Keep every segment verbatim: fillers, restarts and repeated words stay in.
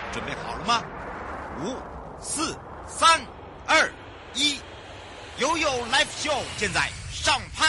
准备好了吗？五、四、三、二、一，悠悠 Live Show 现在上拍。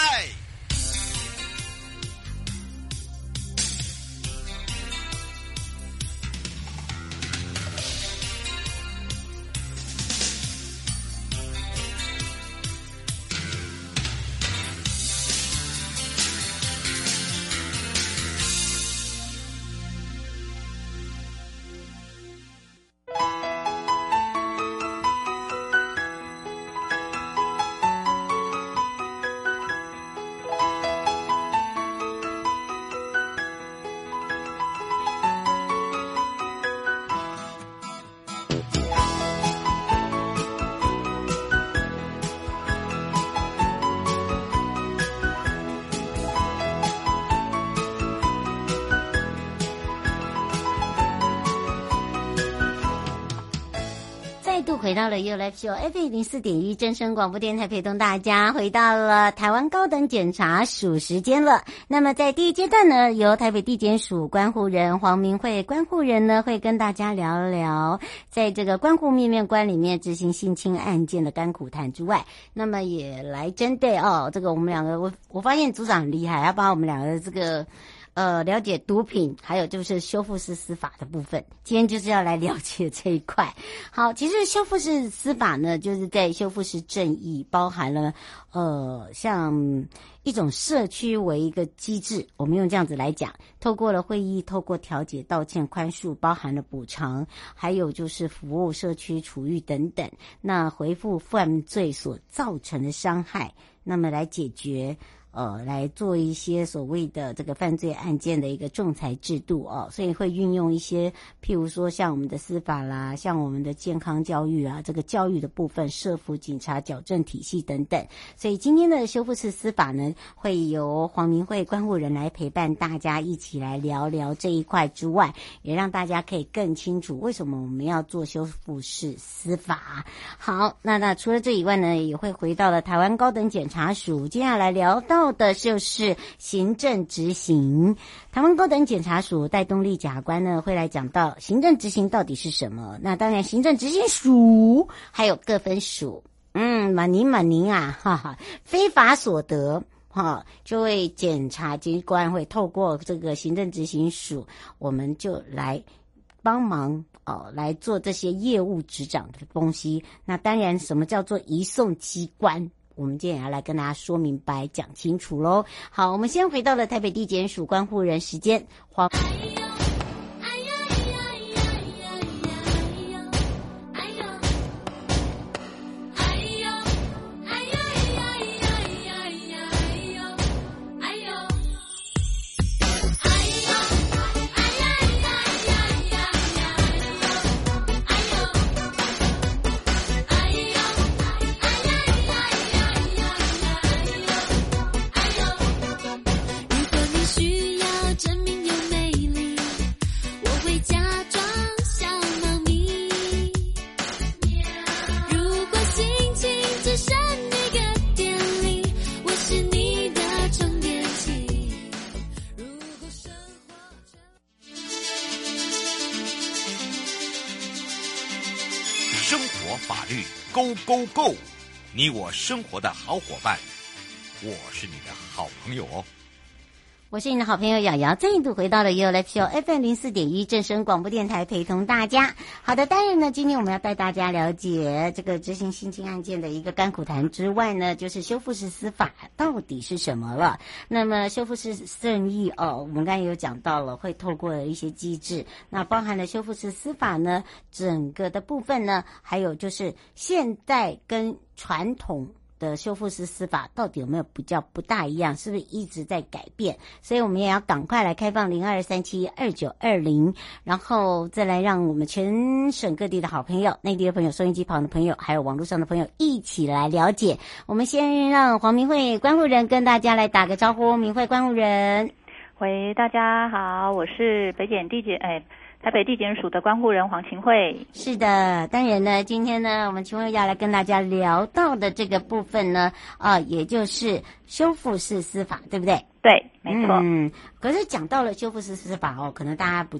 回到了 You Live Show F M 零四点一正声广播电台，陪同大家回到了台湾高等检察署时间了。那么在第一阶段呢，由台北地检署关护人黄明慧关护人呢，会跟大家聊聊在这个关护面面观里面执行性侵案件的甘苦谈之外，那么也来针对哦，这个我们两个我我发现组长很厉害，要把我们两个这个呃，了解毒品，还有就是修复式司法的部分。今天就是要来了解这一块。好，其实修复式司法呢，就是在修复式正义，包含了呃，像一种社区为一个机制，我们用这样子来讲，透过了会议，透过调解、道歉、宽恕，包含了补偿，还有就是服务社区处遇等等，那回复犯罪所造成的伤害，那么来解决。呃，来做一些所谓的这个犯罪案件的一个仲裁制度哦，所以会运用一些，譬如说像我们的司法啦，像我们的健康教育啊，这个教育的部分，社福、警察、矫正体系等等。所以今天的修复式司法呢，会由黄明慧关护人来陪伴大家一起来聊聊这一块之外，也让大家可以更清楚为什么我们要做修复式司法。好，那那除了这以外呢，也会回到了台湾高等检察署，接下来聊到到的就是行政执行。台湾高等检察署戴东立检察官呢会来讲到行政执行到底是什么。那当然行政执行署还有各分署，嗯，满宁满宁啊，哈哈，非法所得哈，就会检察机关会透过这个行政执行署，我们就来帮忙哦，来做这些业务执掌的东西。那当然，什么叫做移送机关？我们今天也要来跟大家说明白、讲清楚喽。好，我们先回到了台北地检署关护人时间，黄。 Go Go Go！ 你我生活的好伙伴，我是你的好朋友哦。 我是你的好朋友瑶瑶，再度回到了 You Live Show F M 零四点一正声广播电台，陪同大家。好的，当然呢，今天我们要带大家了解这个执行性侵案件的一个甘苦谈之外呢，就是修复式司法到底是什么了。那么修复式正义哦，我们刚才有讲到了，会透过一些机制，那包含了修复式司法呢，整个的部分呢，还有就是现代跟传统的修复式司法到底有没有比较不大一样，是不是一直在改变？所以我们也要赶快来开放零二三七二九二零，然后再来让我们全省各地的好朋友、内地的朋友、收音机旁的朋友，还有网络上的朋友一起来了解。我们先让黄明慧关护人跟大家来打个招呼。明慧关护人， 喂，大家好，我是北检地检哎。台北地检署的关护人黄晴慧。 是的，当然呢，今天呢，我们晴慧要来跟大家聊到的这个部分呢，啊、呃，也就是修复式司法，对不对？ 对，没错。 嗯，可是讲到了修复式司法哦，可能大家比较比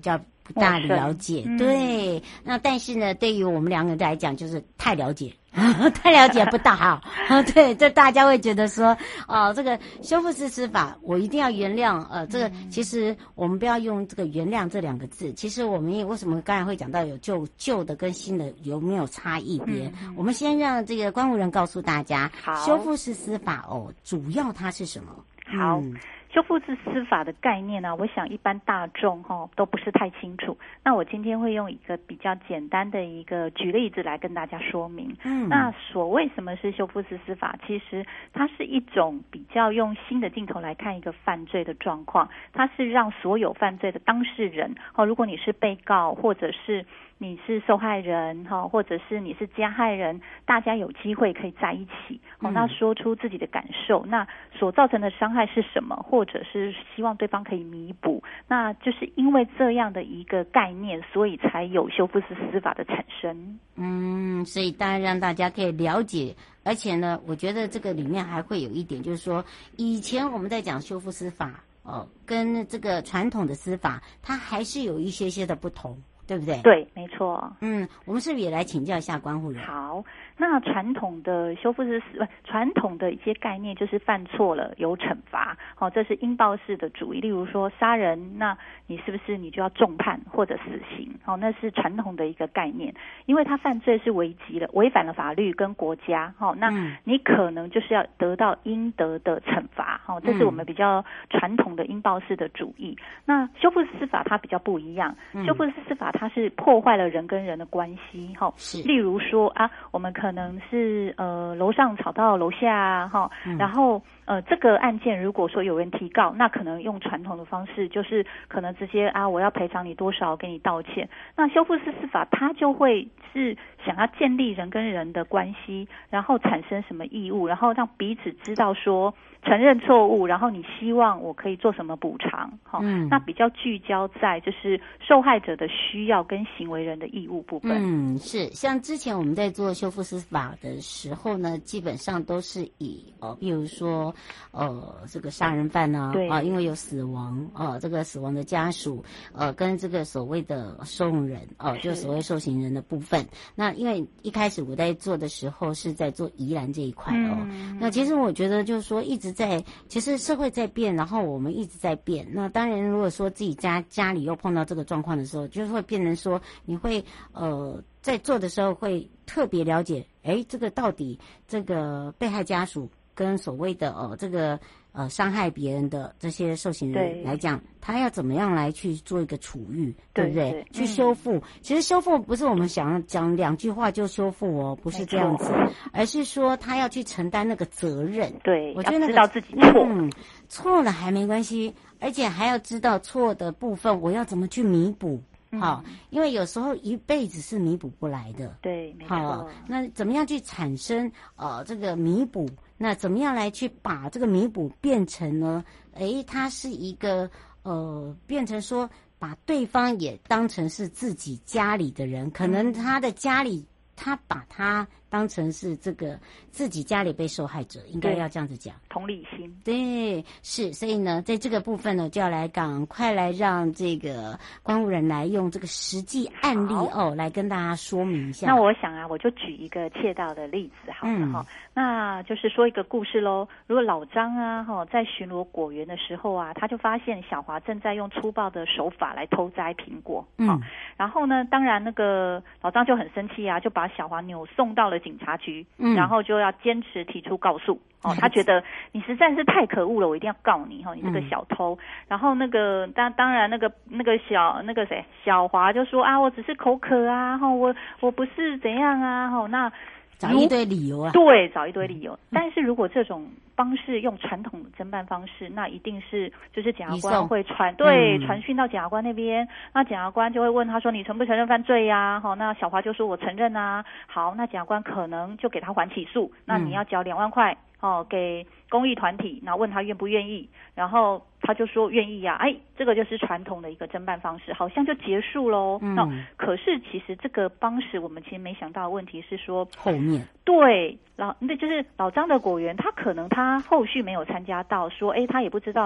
不大了解， 嗯、 对。那但是呢，对于我们两个人来讲，就是太了解。太了解不大好，对，这大家会觉得说，哦，这个修复式司法，我一定要原谅，呃，这个其实我们不要用这个原谅这两个字，其实我们也为什么刚才会讲到有旧旧的跟新的有没有差异别？嗯、我们先让这个关务人告诉大家，修复式司法哦，主要它是什么？ 好。 嗯修复式司法的概念呢、啊，我想一般大众哈、哦、都不是太清楚。那我今天会用一个比较简单的一个举例子来跟大家说明。嗯，那所谓什么是修复式司法，其实它是一种比较用新的镜头来看一个犯罪的状况，它是让所有犯罪的当事人，哦，如果你是被告或者是你是受害人哈，或者是你是加害人，大家有机会可以在一起哦，那说出自己的感受，那所造成的伤害是什么，或者是希望对方可以弥补，那就是因为这样的一个概念，所以才有修复式司法的产生。 嗯，所以当然让大家可以了解，而且呢，我觉得这个里面还会有一点，就是说以前我们在讲修复司法哦，跟这个传统的司法，它还是有一些些的不同。对不对？ 对，没错。 嗯，我们是不是也来请教一下关护人？ 好，那传统的修复式司，传统的一些概念就是犯错了有惩罚，好、哦，这是应报式的主义。例如说杀人，那你是不是你就要重判或者死刑？好、哦，那是传统的一个概念，因为他犯罪是违纪了，违反了法律跟国家，好、哦，那你可能就是要得到应得的惩罚，好、哦，这是我们比较传统的应报式的主义。嗯、那修复式司法它比较不一样，嗯、修复式司法它是破坏了人跟人的关系，哈，例如说啊，我们可能是呃楼上吵到楼下哈，嗯、然后呃这个案件如果说有人提告，那可能用传统的方式，就是可能直接啊我要赔偿你多少，给你道歉。那修复式司法它就会是想要建立人跟人的关系，然后产生什么义务，然后让彼此知道说承认错误，然后你希望我可以做什么补偿，哈、嗯，那比较聚焦在就是受害者的需要跟行为人的义务部分。 嗯，是像之前我们在做修复司法的时候呢，基本上都是以呃，比如说呃，这个杀人犯呢、啊，啊，因为有死亡，呃，这个死亡的家属，呃，跟这个所谓的受用人，哦、呃，就所谓受刑人的部分。那因为一开始我在做的时候是在做宜兰这一块哦，嗯、那其实我觉得就是说一直在，其实社会在变，然后我们一直在变。那当然，如果说自己家家里又碰到这个状况的时候，就是会变成说你会呃在做的时候会特别了解，哎，这个到底这个被害家属跟所谓的呃这个呃伤害别人的这些受刑人来讲，他要怎么样来去做一个处遇，对不对？对对去修复、嗯。其实修复不是我们想讲两句话就修复哦，不是这样子，而是说他要去承担那个责任。 对， 我觉得那个知道自己错， 嗯，错了还没关系，而且还要知道错的部分我要怎么去弥补。好，因为有时候一辈子是弥补不来的。 对，没错。 好，那怎么样去产生呃这个弥补？那怎么样来去把这个弥补变成呢？诶，它是一个呃，变成说把对方也当成是自己家里的人，可能他的家里。他把他当成是这个自己家里被受害者，应该要这样子讲， 同理心。 对，是，所以呢，在这个部分呢，就要来赶快来让这个关务人来用这个实际案例哦，来跟大家说明一下。 那我想啊，我就举一个窃盗的例子好了哈、嗯，那就是说一个故事喽。如果老张啊哈在巡逻果园的时候啊，他就发现小华正在用粗暴的手法来偷摘苹果，嗯，然后呢，当然那个老张就很生气啊，就把小华扭送到了警察局，嗯，然后就要坚持提出告诉。哦，他觉得你实在是太可恶了，我一定要告你哈、哦，你这个小偷。嗯、然后那个当当然那个那个小那个谁小华就说啊，我只是口渴啊，哈、哦，我我不是怎样啊，哈、哦，那找一堆理由啊， 对，找一堆理由。嗯、但是如果这种方式用传统的侦办方式，那一定是就是检察官会传对、嗯、传讯到检察官那边，那检察官就会问他说你承不承认犯罪呀、啊？好，那小华就说我承认啊。好，那检察官可能就给他缓起诉，那你要交两万块。哦，给公益团体，然后问他愿不愿意，然后他就说愿意呀、啊，哎，这个就是传统的一个侦办方式，好像就结束喽。嗯，那可是其实这个当时我们其实没想到的问题是说后面对老那就是老张的果园，他可能他后续没有参加到，说哎，他也不知道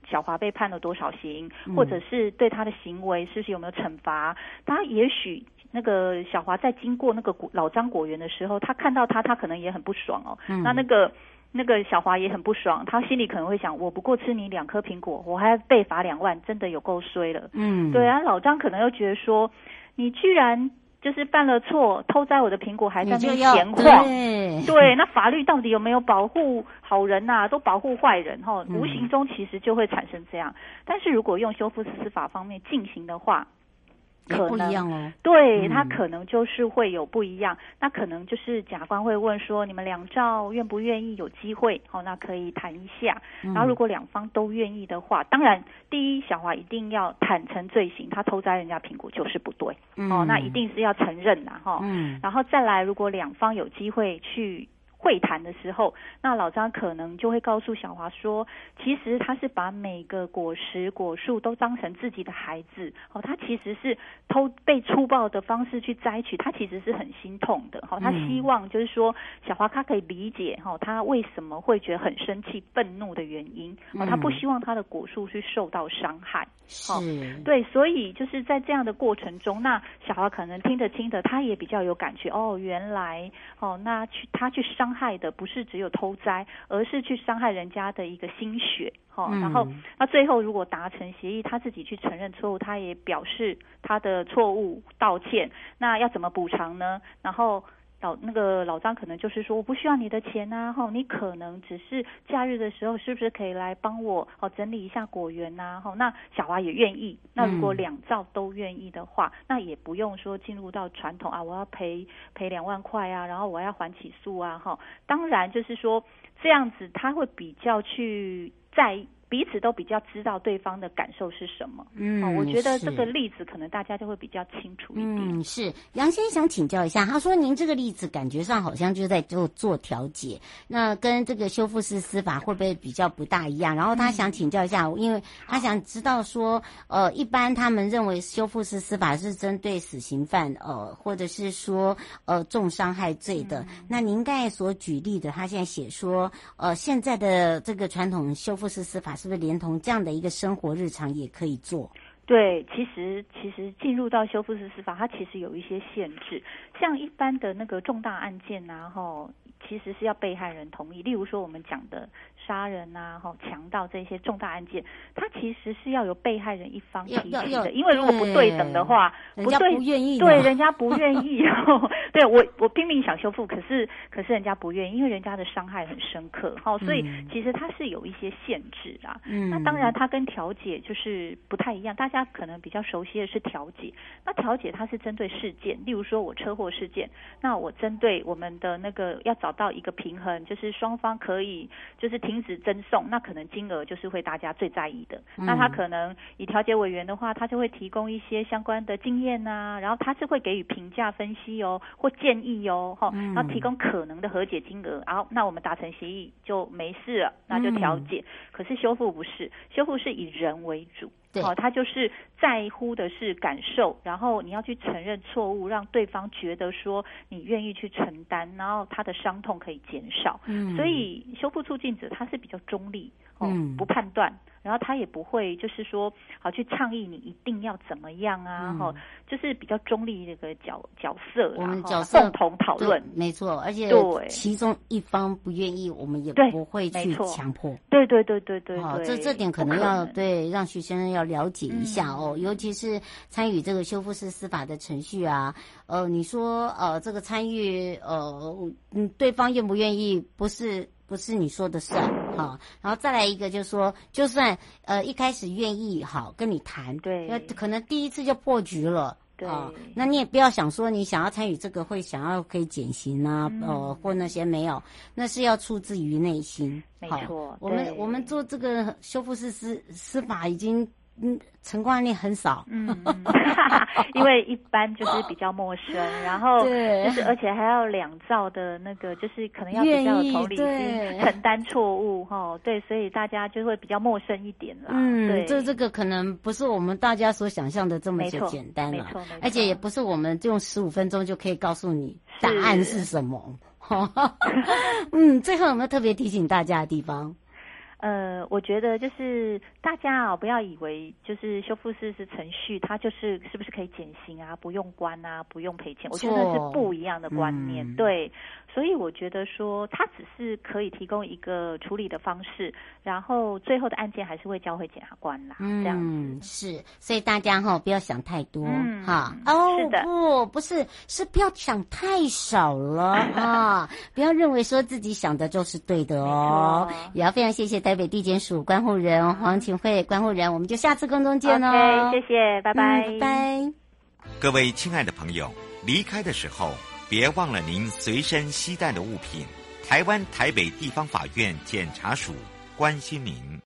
小华被判了多少刑，或者是对他的行为是不是有没有惩罚。他也许那个小华在经过那个老张果园的时候，他看到他，他可能也很不爽哦。嗯、那那个那个小华也很不爽，他心里可能会想：我不过吃你两颗苹果，我还被罚两万，真的有够衰了。嗯，对啊。老张可能又觉得说，你居然就是犯了错，偷摘我的苹果，还在那边闲晃。对, 对，那法律到底有没有保护好人啊？都保护坏人哈，无形中其实就会产生这样。嗯、但是如果用修复式司法方面进行的话，可能不一样哦，对、嗯、他可能就是会有不一样。那可能就是检察官会问说，你们两造愿不愿意有机会？哦，那可以谈一下。然后如果两方都愿意的话，当然第一，小华一定要坦诚罪行，他偷摘人家苹果就是不对，嗯、哦，那一定是要承认的哈。嗯、然后再来，如果两方有机会去会谈的时候，那老张可能就会告诉小华说，其实他是把每个果实果树都当成自己的孩子哦，他其实是偷被粗暴的方式去摘取，他其实是很心痛的哦，他希望就是说小华他可以理解哦，他为什么会觉得很生气愤怒的原因哦，他不希望他的果树去受到伤害。哦，对，所以就是在这样的过程中，那小华可能听着听着，他也比较有感觉哦，原来哦，那去他去伤害的不是只有偷摘，而是去伤害人家的一个心血。哦，然后那最后如果达成协议，他自己去承认错误，他也表示他的错误道歉，那要怎么补偿呢？然后老那个老张可能就是说，我不需要你的钱啊，吼，你可能只是假日的时候，是不是可以来帮我哦整理一下果园呐？吼，那小华也愿意。那如果两造都愿意的话，嗯、那也不用说进入到传统啊，我要赔赔两万块啊，然后我要还起诉啊，哈。当然就是说这样子，他会比较去在。彼此都比较知道对方的感受是什么。嗯、哦，我觉得这个例子可能大家就会比较清楚一点。 嗯，是。杨先生想请教一下，他说您这个例子感觉上好像就在做做调解，那跟这个修复式司法会不会比较不大一样？然后他想请教一下，因为他想知道说，呃，一般他们认为修复式司法是针对死刑犯，呃，或者是说呃重伤害罪的。嗯、那您刚才所举例的，他现在写说，呃，现在的这个传统修复式司法是不是连同这样的一个生活日常也可以做？ 对，其实其实进入到修复式司法，它其实有一些限制，像一般的那个重大案件啊，吼，其实是要被害人同意。例如说我们讲的杀人啊、吼强盗这些重大案件，它其实是要有被害人一方提起的，因为如果不对等的话， 人家不愿意， 对，人家不愿意。对我我拼命想修复，可是可是人家不愿意，因为人家的伤害很深刻，哈，所以其实它是有一些限制啦。嗯，那当然它跟调解就是不太一样，大家可能比较熟悉的是调解。那调解它是针对事件，例如说我车祸事件，那我针对我们的那个要找到一个平衡，就是双方可以就是停止争讼，那可能金额就是会大家最在意的。嗯、那他可能以调解委员的话，他就会提供一些相关的经验啊，然后他是会给予评价分析哦，或建议哦，哈、嗯，然后提供可能的和解金额，然后那我们达成协议就没事了，那就调解。嗯、可是修复不是，修复是以人为主。哦，他就是在乎的是感受，然后你要去承认错误，让对方觉得说你愿意去承担，然后他的伤痛可以减少。嗯，所以修复促进者他是比较中立，哦，嗯、不判断，然后他也不会就是说好去倡议你一定要怎么样啊，哈、嗯，就是比较中立的一个角角色， 我们角色共同讨论， 没错，而且其中一方不愿意，我们也不会去强迫。 对对对对对对， 好，这这点可能要对让徐先生要了解一下哦，嗯、尤其是参与这个修复式司法的程序啊，呃，你说呃这个参与呃嗯对方愿不愿意，不是不是你说的算哈，然后再来一个就是说，就算呃一开始愿意好跟你谈， 对， 那可能第一次就破局了。 对、 哦，那你也不要想说你想要参与这个会想要可以减刑啊，嗯、呃或那些没有，那是要出自于内心。 没错， 我们我们做这个修复式司司法已经。嗯，成功案例很少， 嗯，因为一般就是比较陌生，然后就是而且还要两造的那个，就是可能要比较有同理心，承担错误哈，对，所以大家就会比较陌生一点啦。 嗯， 对， 这这个可能不是我们大家所想象的这么就简单了， 没错， 而且也不是我们用十五分钟就可以告诉你答案是什么。嗯，最后有没有特别提醒大家的地方？ 呃，我觉得就是大家啊、哦，不要以为就是修复师是程序，它就是是不是可以减刑啊，不用关啊，不用赔钱，我觉得是不一样的观念。嗯、对，所以我觉得说它只是可以提供一个处理的方式，然后最后的案件还是会交回检察官啦。嗯，这样子是，所以大家哈、哦、不要想太多哈、 嗯。 哦， 是的， 不，不是，是不要想太少了啊！不要认为说自己想的就是对的哦。也要非常谢谢台北地检署关护人黄晴慧关护人，我们就下次空中见哦。 OK， 谢谢，拜拜， 嗯、拜拜。 各位亲爱的朋友，离开的时候别忘了您随身携带的物品。台湾台北地方法院检察署关心您。